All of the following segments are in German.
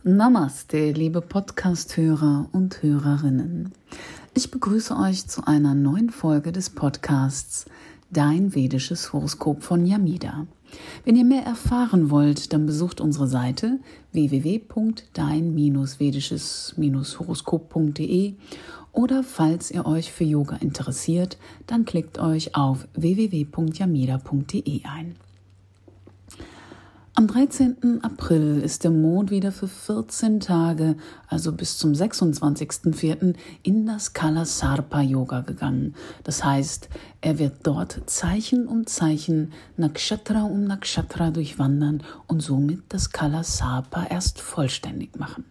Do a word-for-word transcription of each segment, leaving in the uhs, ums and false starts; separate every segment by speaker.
Speaker 1: Namaste, liebe Podcast-Hörer und Hörerinnen. Ich begrüße euch zu einer neuen Folge des Podcasts Dein vedisches Horoskop von Yamida. Wenn ihr mehr erfahren wollt, dann besucht unsere Seite w w w punkt dein vedisches horoskop punkt de oder falls ihr euch für Yoga interessiert, dann klickt euch auf w w w punkt yamida punkt de ein. Am dreizehnten April ist der Mond wieder für vierzehn Tage, also bis zum sechsundzwanzigsten vierten in das Kala-Sarpa-Yoga gegangen. Das heißt, er wird dort Zeichen um Zeichen, Nakshatra um Nakshatra durchwandern und somit das Kala-Sarpa erst vollständig machen.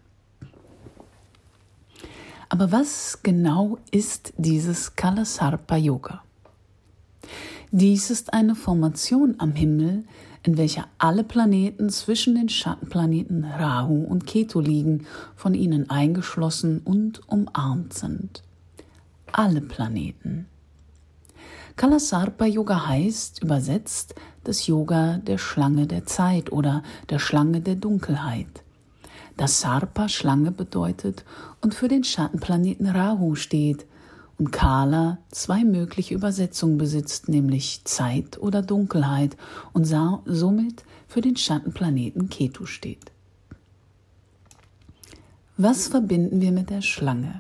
Speaker 1: Aber was genau ist dieses Kala-Sarpa-Yoga? Dies ist eine Formation am Himmel, in welcher alle Planeten zwischen den Schattenplaneten Rahu und Ketu liegen, von ihnen eingeschlossen und umarmt sind. Alle Planeten. Kala-Sarpa-Yoga heißt, übersetzt, das Yoga der Schlange der Zeit oder der Schlange der Dunkelheit. Das Sarpa Schlange bedeutet und für den Schattenplaneten Rahu steht, und Kala zwei mögliche Übersetzungen besitzt, nämlich Zeit oder Dunkelheit und somit für den Schattenplaneten Ketu steht. Was verbinden wir mit der Schlange?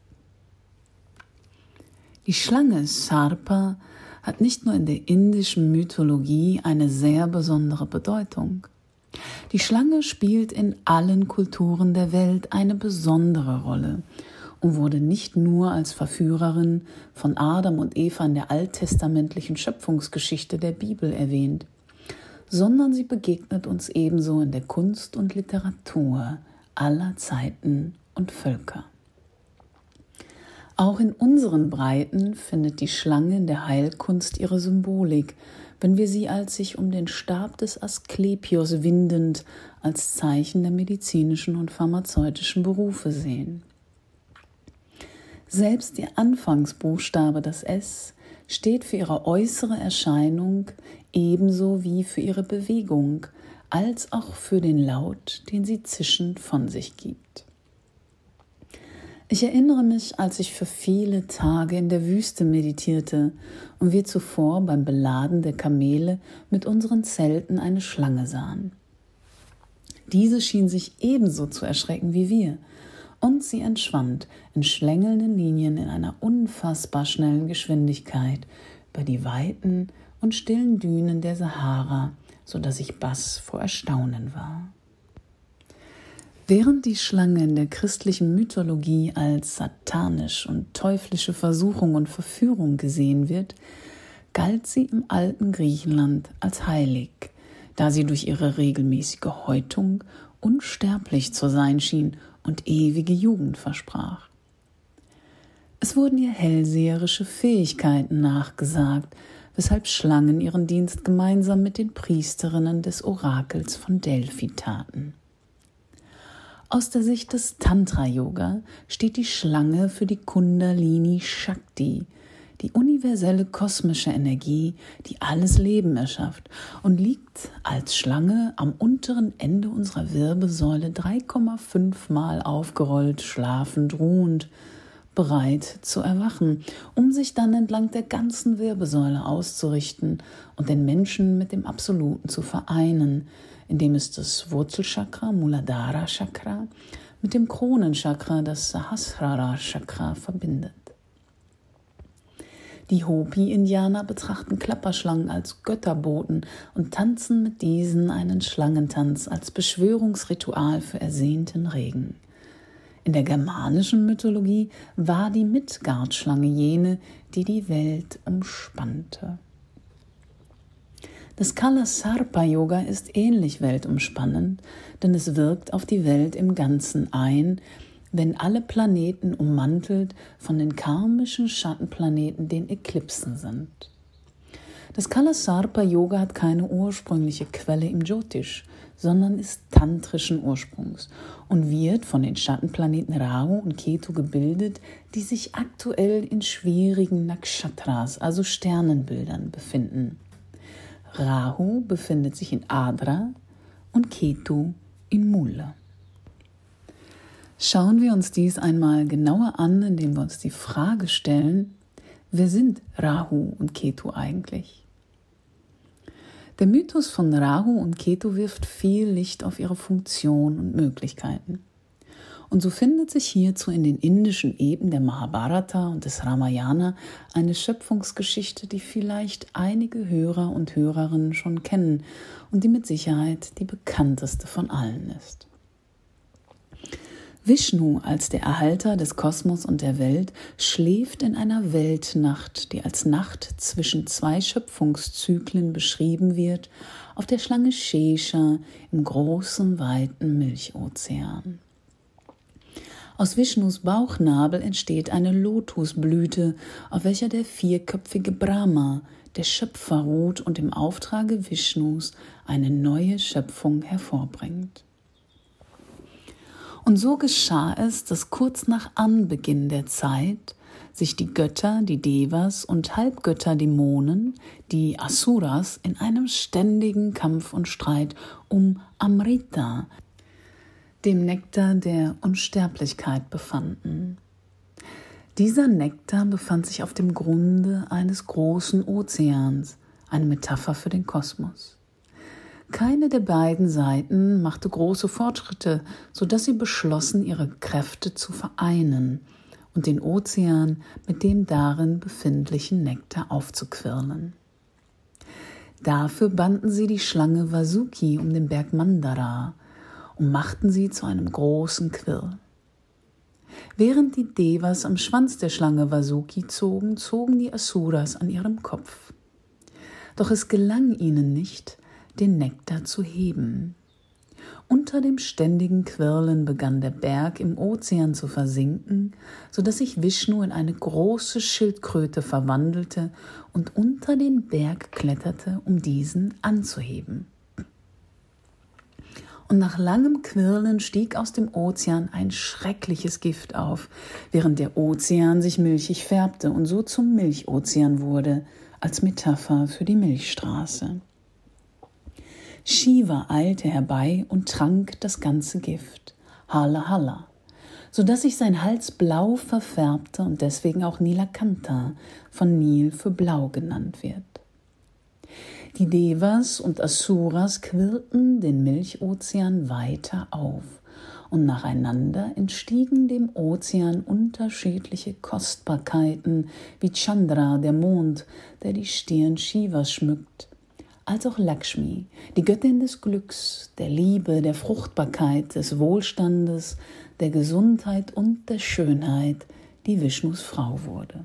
Speaker 1: Die Schlange Sarpa hat nicht nur in der indischen Mythologie eine sehr besondere Bedeutung. Die Schlange spielt in allen Kulturen der Welt eine besondere Rolle und wurde nicht nur als Verführerin von Adam und Eva in der alttestamentlichen Schöpfungsgeschichte der Bibel erwähnt, sondern sie begegnet uns ebenso in der Kunst und Literatur aller Zeiten und Völker. Auch in unseren Breiten findet die Schlange in der Heilkunst ihre Symbolik, wenn wir sie als sich um den Stab des Asklepios windend als Zeichen der medizinischen und pharmazeutischen Berufe sehen. Selbst ihr Anfangsbuchstabe, das S, steht für ihre äußere Erscheinung ebenso wie für ihre Bewegung, als auch für den Laut, den sie zischend von sich gibt. Ich erinnere mich, als ich für viele Tage in der Wüste meditierte und wir zuvor beim Beladen der Kamele mit unseren Zelten eine Schlange sahen. Diese schien sich ebenso zu erschrecken wie wir, und sie entschwand in schlängelnden Linien in einer unfassbar schnellen Geschwindigkeit über die weiten und stillen Dünen der Sahara, so dass ich bass vor Erstaunen war. Während die Schlange in der christlichen Mythologie als satanisch und teuflische Versuchung und Verführung gesehen wird, galt sie im alten Griechenland als heilig, da sie durch ihre regelmäßige Häutung unsterblich zu sein schien und ewige Jugend versprach. Es wurden ihr hellseherische Fähigkeiten nachgesagt, weshalb Schlangen ihren Dienst gemeinsam mit den Priesterinnen des Orakels von Delphi taten. Aus der Sicht des Tantra-Yoga steht die Schlange für die Kundalini Shakti, die universelle kosmische Energie, die alles Leben erschafft und liegt als Schlange am unteren Ende unserer Wirbelsäule drei Komma fünf Mal aufgerollt, schlafend, ruhend, bereit zu erwachen, um sich dann entlang der ganzen Wirbelsäule auszurichten und den Menschen mit dem Absoluten zu vereinen, indem es das Wurzelchakra, Muladhara Chakra, mit dem Kronenchakra, das Sahasrara Chakra, verbindet. Die Hopi-Indianer betrachten Klapperschlangen als Götterboten und tanzen mit diesen einen Schlangentanz als Beschwörungsritual für ersehnten Regen. In der germanischen Mythologie war die Midgard-Schlange jene, die die Welt umspannte. Das Kala-Sarpa-Yoga ist ähnlich weltumspannend, denn es wirkt auf die Welt im Ganzen ein, wenn alle Planeten ummantelt von den karmischen Schattenplaneten, den Eklipsen sind. Das Kala-Sarpa-Yoga hat keine ursprüngliche Quelle im Jyotish, sondern ist tantrischen Ursprungs und wird von den Schattenplaneten Rahu und Ketu gebildet, die sich aktuell in schwierigen Nakshatras, also Sternenbildern, befinden. Rahu befindet sich in Adra und Ketu in Mula. Schauen wir uns dies einmal genauer an, indem wir uns die Frage stellen, wer sind Rahu und Ketu eigentlich? Der Mythos von Rahu und Ketu wirft viel Licht auf ihre Funktion und Möglichkeiten. Und so findet sich hierzu in den indischen Epen der Mahabharata und des Ramayana eine Schöpfungsgeschichte, die vielleicht einige Hörer und Hörerinnen schon kennen und die mit Sicherheit die bekannteste von allen ist. Vishnu als der Erhalter des Kosmos und der Welt schläft in einer Weltnacht, die als Nacht zwischen zwei Schöpfungszyklen beschrieben wird, auf der Schlange Shesha im großen, weiten Milchozean. Aus Vishnus Bauchnabel entsteht eine Lotusblüte, auf welcher der vierköpfige Brahma, der Schöpfer, ruht und im Auftrage Vishnus eine neue Schöpfung hervorbringt. Und so geschah es, dass kurz nach Anbeginn der Zeit sich die Götter, die Devas und Halbgötter-Dämonen, die Asuras, in einem ständigen Kampf und Streit um Amrita, dem Nektar der Unsterblichkeit, befanden. Dieser Nektar befand sich auf dem Grunde eines großen Ozeans, eine Metapher für den Kosmos. Keine der beiden Seiten machte große Fortschritte, sodass sie beschlossen, ihre Kräfte zu vereinen und den Ozean mit dem darin befindlichen Nektar aufzuquirlen. Dafür banden sie die Schlange Vasuki um den Berg Mandara und machten sie zu einem großen Quirl. Während die Devas am Schwanz der Schlange Vasuki zogen, zogen die Asuras an ihrem Kopf. Doch es gelang ihnen nicht, den Nektar zu heben. Unter dem ständigen Quirlen begann der Berg im Ozean zu versinken, sodass sich Vishnu in eine große Schildkröte verwandelte und unter den Berg kletterte, um diesen anzuheben. Und nach langem Quirlen stieg aus dem Ozean ein schreckliches Gift auf, während der Ozean sich milchig färbte und so zum Milchozean wurde, als Metapher für die Milchstraße. Shiva eilte herbei und trank das ganze Gift, Hala Hala, sodass sich sein Hals blau verfärbte und deswegen auch Nilakanta von Nil für blau genannt wird. Die Devas und Asuras quirlten den Milchozean weiter auf und nacheinander entstiegen dem Ozean unterschiedliche Kostbarkeiten wie Chandra, der Mond, der die Stirn Shivas schmückt, als auch Lakshmi, die Göttin des Glücks, der Liebe, der Fruchtbarkeit, des Wohlstandes, der Gesundheit und der Schönheit, die Vishnus Frau wurde.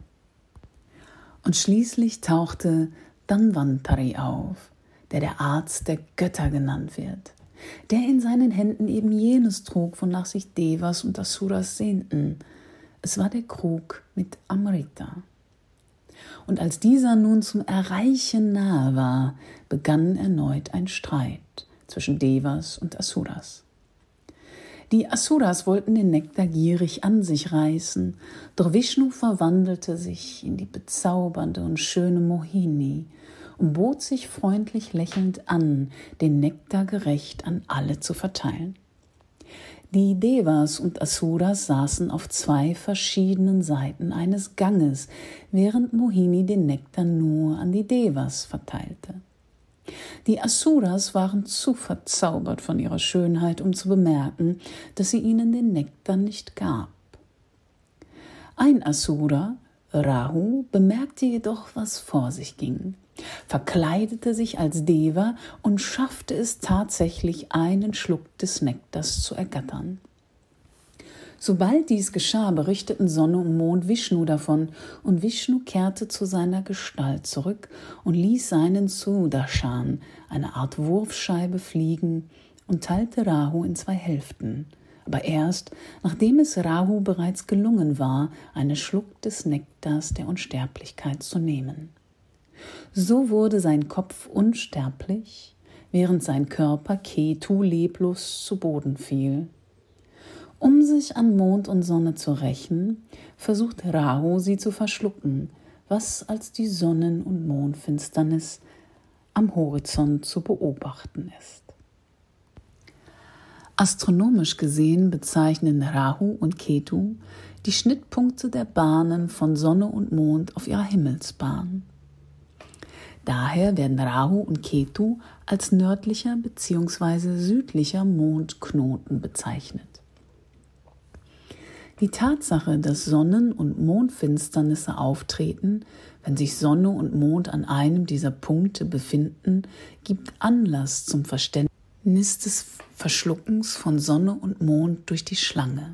Speaker 1: Und schließlich tauchte Dhanvantari auf, der der Arzt der Götter genannt wird, der in seinen Händen eben jenes trug, wonach sich Devas und Asuras sehnten. Es war der Krug mit Amrita. Und als dieser nun zum Erreichen nahe war, begann erneut ein Streit zwischen Devas und Asuras. Die Asuras wollten den Nektar gierig an sich reißen, doch Vishnu verwandelte sich in die bezaubernde und schöne Mohini und bot sich freundlich lächelnd an, den Nektar gerecht an alle zu verteilen. Die Devas und Asuras saßen auf zwei verschiedenen Seiten eines Ganges, während Mohini den Nektar nur an die Devas verteilte. Die Asuras waren zu verzaubert von ihrer Schönheit, um zu bemerken, dass sie ihnen den Nektar nicht gab. Ein Asura, Rahu, bemerkte jedoch, was vor sich ging, verkleidete sich als Deva und schaffte es tatsächlich, einen Schluck des Nektars zu ergattern. Sobald dies geschah, berichteten Sonne und Mond Vishnu davon, und Vishnu kehrte zu seiner Gestalt zurück und ließ seinen Sudarshan, eine Art Wurfscheibe, fliegen und teilte Rahu in zwei Hälften. Aber erst, nachdem es Rahu bereits gelungen war, einen Schluck des Nektars der Unsterblichkeit zu nehmen. So wurde sein Kopf unsterblich, während sein Körper Ketu leblos zu Boden fiel. Um sich an Mond und Sonne zu rächen, versucht Rahu, sie zu verschlucken, was als die Sonnen- und Mondfinsternis am Horizont zu beobachten ist. Astronomisch gesehen bezeichnen Rahu und Ketu die Schnittpunkte der Bahnen von Sonne und Mond auf ihrer Himmelsbahn. Daher werden Rahu und Ketu als nördlicher bzw. südlicher Mondknoten bezeichnet. Die Tatsache, dass Sonnen- und Mondfinsternisse auftreten, wenn sich Sonne und Mond an einem dieser Punkte befinden, gibt Anlass zum Verständnis des Verschluckens von Sonne und Mond durch die Schlange.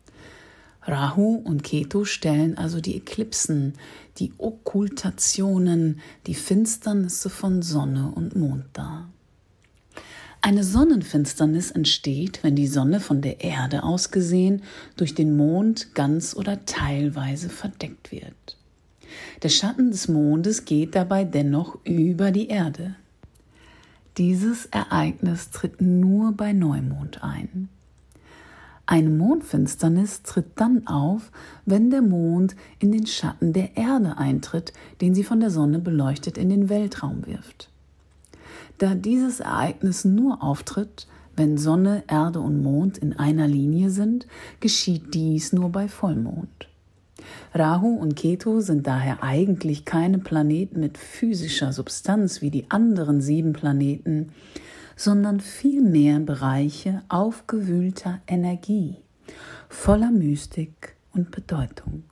Speaker 1: Rahu und Ketu stellen also die Eklipsen, die Okkultationen, die Finsternisse von Sonne und Mond dar. Eine Sonnenfinsternis entsteht, wenn die Sonne von der Erde aus gesehen durch den Mond ganz oder teilweise verdeckt wird. Der Schatten des Mondes geht dabei dennoch über die Erde. Dieses Ereignis tritt nur bei Neumond ein. Eine Mondfinsternis tritt dann auf, wenn der Mond in den Schatten der Erde eintritt, den sie von der Sonne beleuchtet in den Weltraum wirft. Da dieses Ereignis nur auftritt, wenn Sonne, Erde und Mond in einer Linie sind, geschieht dies nur bei Vollmond. Rahu und Ketu sind daher eigentlich keine Planeten mit physischer Substanz wie die anderen sieben Planeten, sondern vielmehr Bereiche aufgewühlter Energie, voller Mystik und Bedeutung.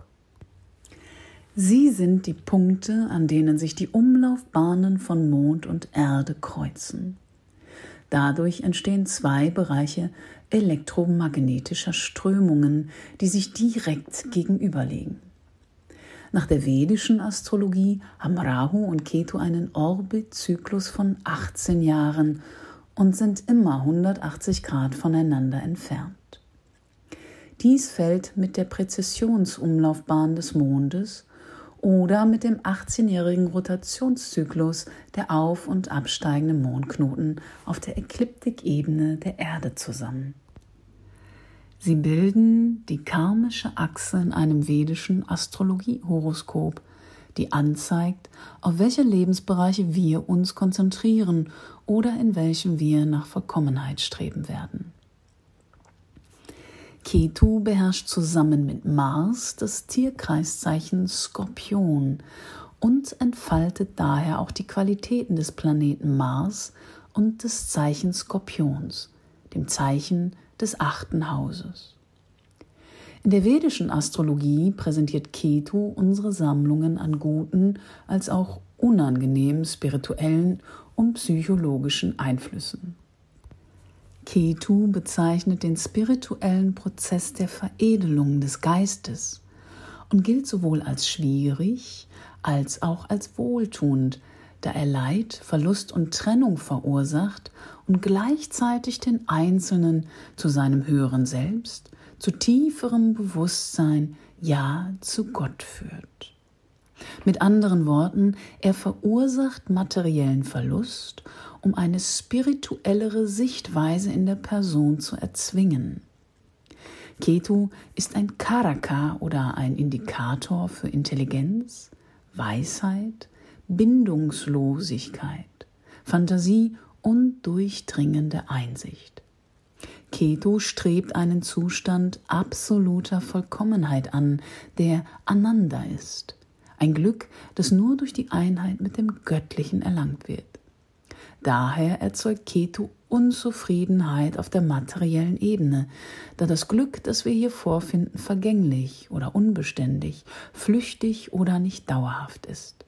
Speaker 1: Sie sind die Punkte, an denen sich die Umlaufbahnen von Mond und Erde kreuzen. Dadurch entstehen zwei Bereiche elektromagnetischer Strömungen, die sich direkt gegenüberliegen. Nach der vedischen Astrologie haben Rahu und Ketu einen Orbitzyklus von achtzehn Jahren und sind immer hundertachtzig Grad voneinander entfernt. Dies fällt mit der Präzessionsumlaufbahn des Mondes oder mit dem achtzehnjährigen Rotationszyklus der auf- und absteigenden Mondknoten auf der Ekliptikebene der Erde zusammen. Sie bilden die karmische Achse in einem vedischen Astrologiehoroskop, die anzeigt, auf welche Lebensbereiche wir uns konzentrieren oder in welchem wir nach Vollkommenheit streben werden. Ketu beherrscht zusammen mit Mars das Tierkreiszeichen Skorpion und entfaltet daher auch die Qualitäten des Planeten Mars und des Zeichens Skorpions, dem Zeichen des achten Hauses. In der vedischen Astrologie präsentiert Ketu unsere Sammlungen an guten als auch unangenehmen spirituellen und psychologischen Einflüssen. Ketu bezeichnet den spirituellen Prozess der Veredelung des Geistes und gilt sowohl als schwierig als auch als wohltuend, da er Leid, Verlust und Trennung verursacht und gleichzeitig den Einzelnen zu seinem höheren Selbst, zu tieferem Bewusstsein, ja zu Gott führt. Mit anderen Worten, er verursacht materiellen Verlust, um eine spirituellere Sichtweise in der Person zu erzwingen. Ketu ist ein Karaka oder ein Indikator für Intelligenz, Weisheit, Bindungslosigkeit, Fantasie und durchdringende Einsicht. Ketu strebt einen Zustand absoluter Vollkommenheit an, der Ananda ist, ein Glück, das nur durch die Einheit mit dem Göttlichen erlangt wird. Daher erzeugt Ketu Unzufriedenheit auf der materiellen Ebene, da das Glück, das wir hier vorfinden, vergänglich oder unbeständig, flüchtig oder nicht dauerhaft ist.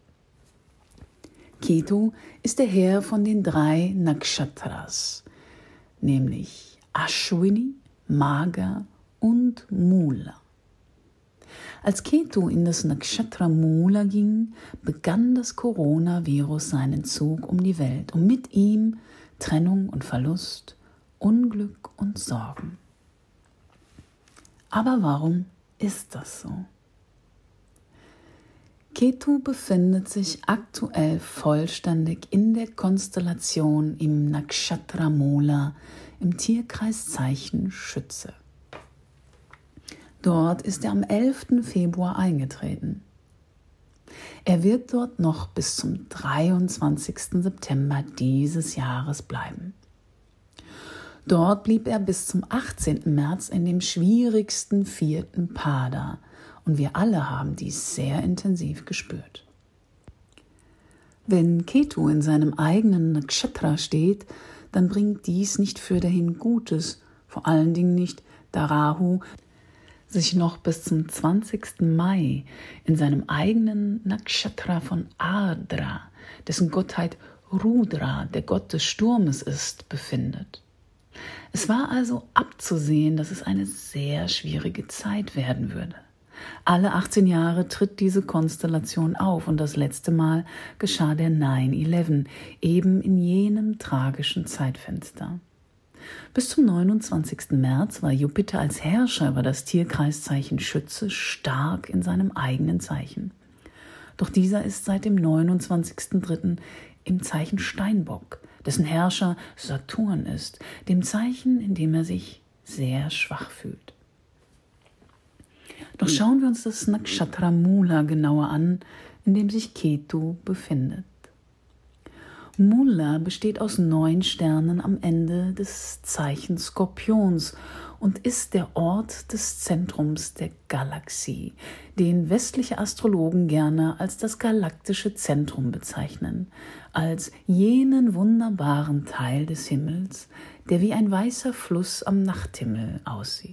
Speaker 1: Ketu ist der Herr von den drei Nakshatras, nämlich Ashwini, Magha und Mula. Als Ketu in das Nakshatra Mula ging, begann das Coronavirus seinen Zug um die Welt und mit ihm Trennung und Verlust, Unglück und Sorgen. Aber warum ist das so? Ketu befindet sich aktuell vollständig in der Konstellation im Nakshatra Mula im Tierkreiszeichen Schütze. Dort ist er am elften Februar eingetreten. Er wird dort noch bis zum dreiundzwanzigsten September dieses Jahres bleiben. Dort blieb er bis zum achtzehnten März in dem schwierigsten vierten Pada und wir alle haben dies sehr intensiv gespürt. Wenn Ketu in seinem eigenen Nakshatra steht, dann bringt dies nicht fürderhin Gutes, vor allen Dingen nicht, da Rahu sich noch bis zum zwanzigsten Mai in seinem eigenen Nakshatra von Ardra, dessen Gottheit Rudra, der Gott des Sturmes ist, befindet. Es war also abzusehen, dass es eine sehr schwierige Zeit werden würde. Alle achtzehn Jahre tritt diese Konstellation auf und das letzte Mal geschah der neun elf, eben in jenem tragischen Zeitfenster. Bis zum neunundzwanzigsten März war Jupiter als Herrscher über das Tierkreiszeichen Schütze stark in seinem eigenen Zeichen. Doch dieser ist seit dem neunundzwanzigsten dritten im Zeichen Steinbock, dessen Herrscher Saturn ist, dem Zeichen, in dem er sich sehr schwach fühlt. Doch schauen wir uns das Nakshatra Mula genauer an, in dem sich Ketu befindet. Mula besteht aus neun Sternen am Ende des Zeichens Skorpions und ist der Ort des Zentrums der Galaxie, den westliche Astrologen gerne als das galaktische Zentrum bezeichnen, als jenen wunderbaren Teil des Himmels, der wie ein weißer Fluss am Nachthimmel aussieht.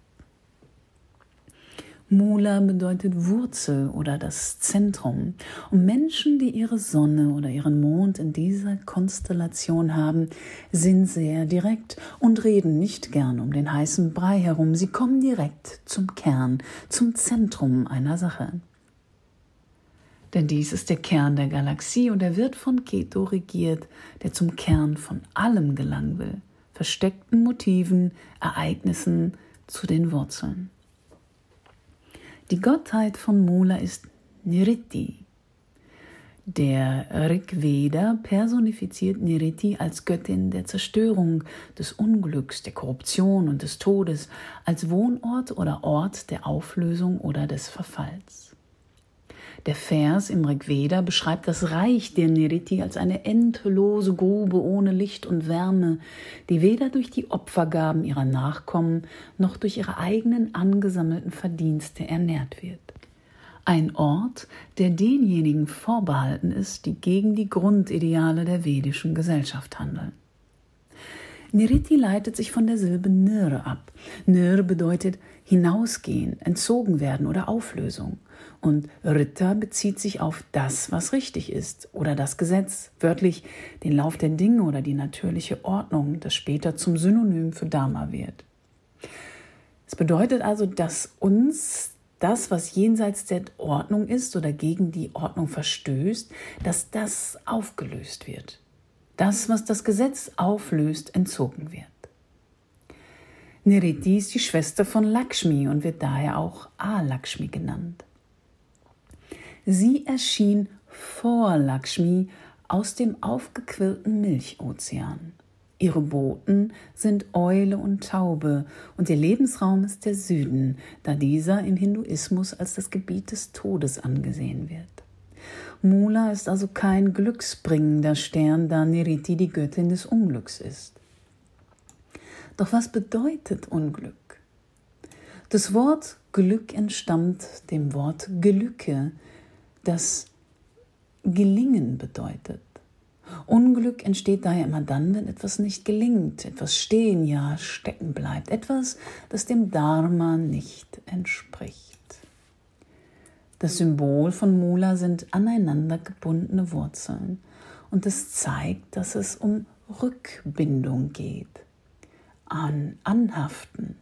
Speaker 1: Mula bedeutet Wurzel oder das Zentrum. Und Menschen, die ihre Sonne oder ihren Mond in dieser Konstellation haben, sind sehr direkt und reden nicht gern um den heißen Brei herum. Sie kommen direkt zum Kern, zum Zentrum einer Sache. Denn dies ist der Kern der Galaxie und er wird von Ketu regiert, der zum Kern von allem gelangen will, versteckten Motiven, Ereignissen zu den Wurzeln. Die Gottheit von Mula ist Niriti. Der Rig Veda personifiziert Niriti als Göttin der Zerstörung, des Unglücks, der Korruption und des Todes, als Wohnort oder Ort der Auflösung oder des Verfalls. Der Vers im Rig Veda beschreibt das Reich der Niriti als eine endlose Grube ohne Licht und Wärme, die weder durch die Opfergaben ihrer Nachkommen noch durch ihre eigenen angesammelten Verdienste ernährt wird. Ein Ort, der denjenigen vorbehalten ist, die gegen die Grundideale der vedischen Gesellschaft handeln. Niriti leitet sich von der Silbe Nir ab. Nir bedeutet hinausgehen, entzogen werden oder Auflösung. Und Ritta bezieht sich auf das, was richtig ist oder das Gesetz, wörtlich den Lauf der Dinge oder die natürliche Ordnung, das später zum Synonym für Dharma wird. Es bedeutet also, dass uns das, was jenseits der Ordnung ist oder gegen die Ordnung verstößt, dass das aufgelöst wird. Das, was das Gesetz auflöst, entzogen wird. Niriti ist die Schwester von Lakshmi und wird daher auch A-Lakshmi genannt. Sie erschien vor Lakshmi aus dem aufgequirlten Milchozean. Ihre Boten sind Eule und Taube und ihr Lebensraum ist der Süden, da dieser im Hinduismus als das Gebiet des Todes angesehen wird. Mula ist also kein glücksbringender Stern, da Niriti die Göttin des Unglücks ist. Doch was bedeutet Unglück? Das Wort Glück entstammt dem Wort Gelücke, das Gelingen bedeutet. Unglück entsteht daher immer dann, wenn etwas nicht gelingt, etwas stehen, ja stecken bleibt, etwas, das dem Dharma nicht entspricht. Das Symbol von Mula sind aneinander gebundene Wurzeln und es zeigt, dass es um Rückbindung geht, an Anhaften.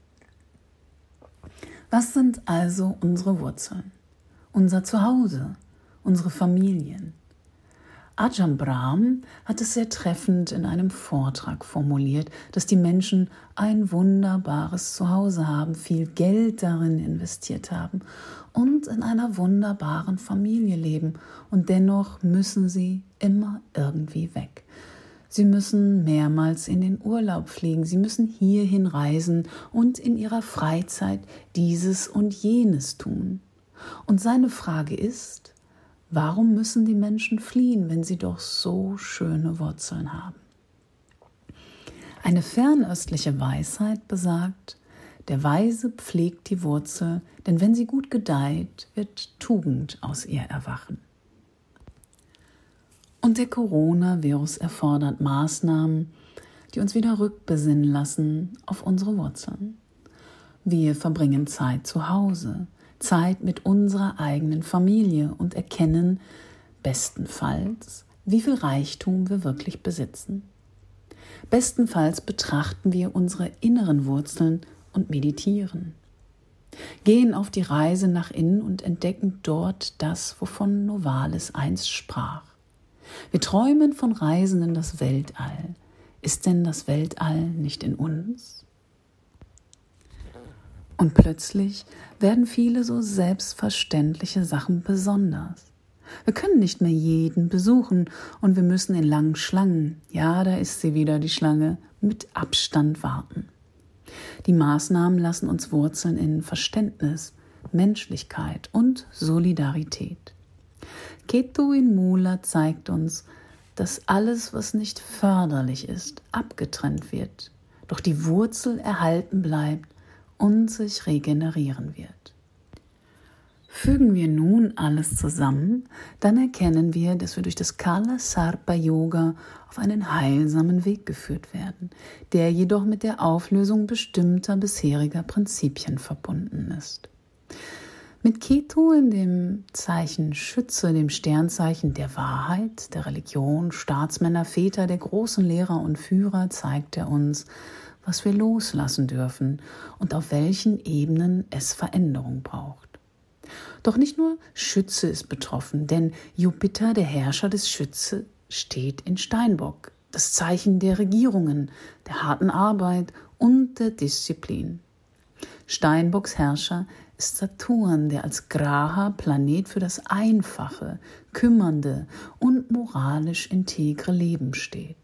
Speaker 1: Was sind also unsere Wurzeln? Unser Zuhause, unsere Familien. Ajahn Brahm hat es sehr treffend in einem Vortrag formuliert, dass die Menschen ein wunderbares Zuhause haben, viel Geld darin investiert haben und in einer wunderbaren Familie leben. Und dennoch müssen sie immer irgendwie weg. Sie müssen mehrmals in den Urlaub fliegen, sie müssen hierhin reisen und in ihrer Freizeit dieses und jenes tun. Und seine Frage ist, warum müssen die Menschen fliehen, wenn sie doch so schöne Wurzeln haben? Eine fernöstliche Weisheit besagt, der Weise pflegt die Wurzel, denn wenn sie gut gedeiht, wird Tugend aus ihr erwachen. Und der Coronavirus erfordert Maßnahmen, die uns wieder rückbesinnen lassen auf unsere Wurzeln. Wir verbringen Zeit zu Hause, Zeit mit unserer eigenen Familie und erkennen bestenfalls, wie viel Reichtum wir wirklich besitzen. Bestenfalls betrachten wir unsere inneren Wurzeln und meditieren. Gehen auf die Reise nach innen und entdecken dort das, wovon Novalis einst sprach. Wir träumen von Reisen in das Weltall. Ist denn das Weltall nicht in uns? Und plötzlich werden viele so selbstverständliche Sachen besonders. Wir können nicht mehr jeden besuchen und wir müssen in langen Schlangen, ja, da ist sie wieder, die Schlange, mit Abstand warten. Die Maßnahmen lassen uns wurzeln in Verständnis, Menschlichkeit und Solidarität. Ketu in Mula zeigt uns, dass alles, was nicht förderlich ist, abgetrennt wird, doch die Wurzel erhalten bleibt und sich regenerieren wird. Fügen wir nun alles zusammen, dann erkennen wir, dass wir durch das Kala Sarpa Yoga auf einen heilsamen Weg geführt werden, der jedoch mit der Auflösung bestimmter bisheriger Prinzipien verbunden ist. Mit Ketu in dem Zeichen Schütze, dem Sternzeichen der Wahrheit, der Religion, Staatsmänner, Väter, der großen Lehrer und Führer, zeigt er uns, was wir loslassen dürfen und auf welchen Ebenen es Veränderung braucht. Doch nicht nur Schütze ist betroffen, denn Jupiter, der Herrscher des Schütze, steht in Steinbock, das Zeichen der Regierungen, der harten Arbeit und der Disziplin. Steinbocks Herrscher ist Saturn, der als Graha Planet für das einfache, kümmernde und moralisch integre Leben steht.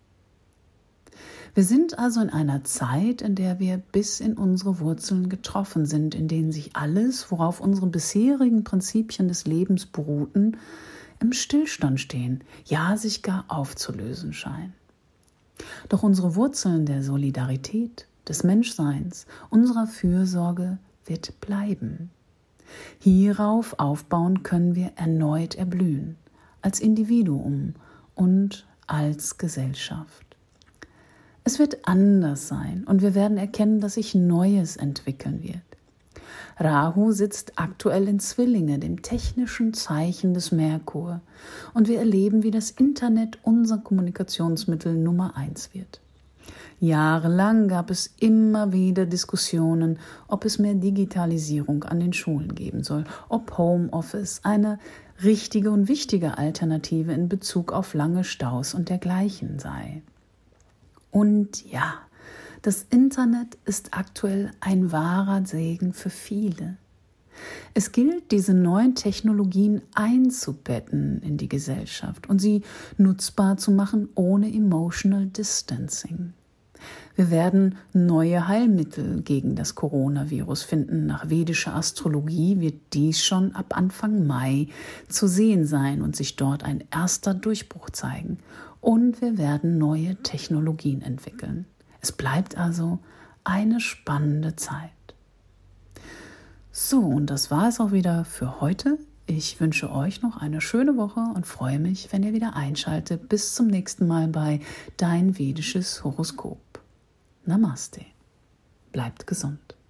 Speaker 1: Wir sind also in einer Zeit, in der wir bis in unsere Wurzeln getroffen sind, in denen sich alles, worauf unsere bisherigen Prinzipien des Lebens beruhten, im Stillstand stehen, ja sich gar aufzulösen scheinen. Doch unsere Wurzeln der Solidarität, des Menschseins, unserer Fürsorge wird bleiben. Hierauf aufbauen können wir erneut erblühen, als Individuum und als Gesellschaft. Es wird anders sein und wir werden erkennen, dass sich Neues entwickeln wird. Rahu sitzt aktuell in Zwillinge, dem technischen Zeichen des Merkur, und wir erleben, wie das Internet unser Kommunikationsmittel Nummer eins wird. Jahrelang gab es immer wieder Diskussionen, ob es mehr Digitalisierung an den Schulen geben soll, ob Homeoffice eine richtige und wichtige Alternative in Bezug auf lange Staus und dergleichen sei. Und ja, das Internet ist aktuell ein wahrer Segen für viele. Es gilt, diese neuen Technologien einzubetten in die Gesellschaft und sie nutzbar zu machen ohne Emotional Distancing. Wir werden neue Heilmittel gegen das Coronavirus finden. Nach vedischer Astrologie wird dies schon ab Anfang Mai zu sehen sein und sich dort ein erster Durchbruch zeigen. Und wir werden neue Technologien entwickeln. Es bleibt also eine spannende Zeit. So, und das war es auch wieder für heute. Ich wünsche euch noch eine schöne Woche und freue mich, wenn ihr wieder einschaltet. Bis zum nächsten Mal bei Dein vedisches Horoskop. Namaste. Bleibt gesund.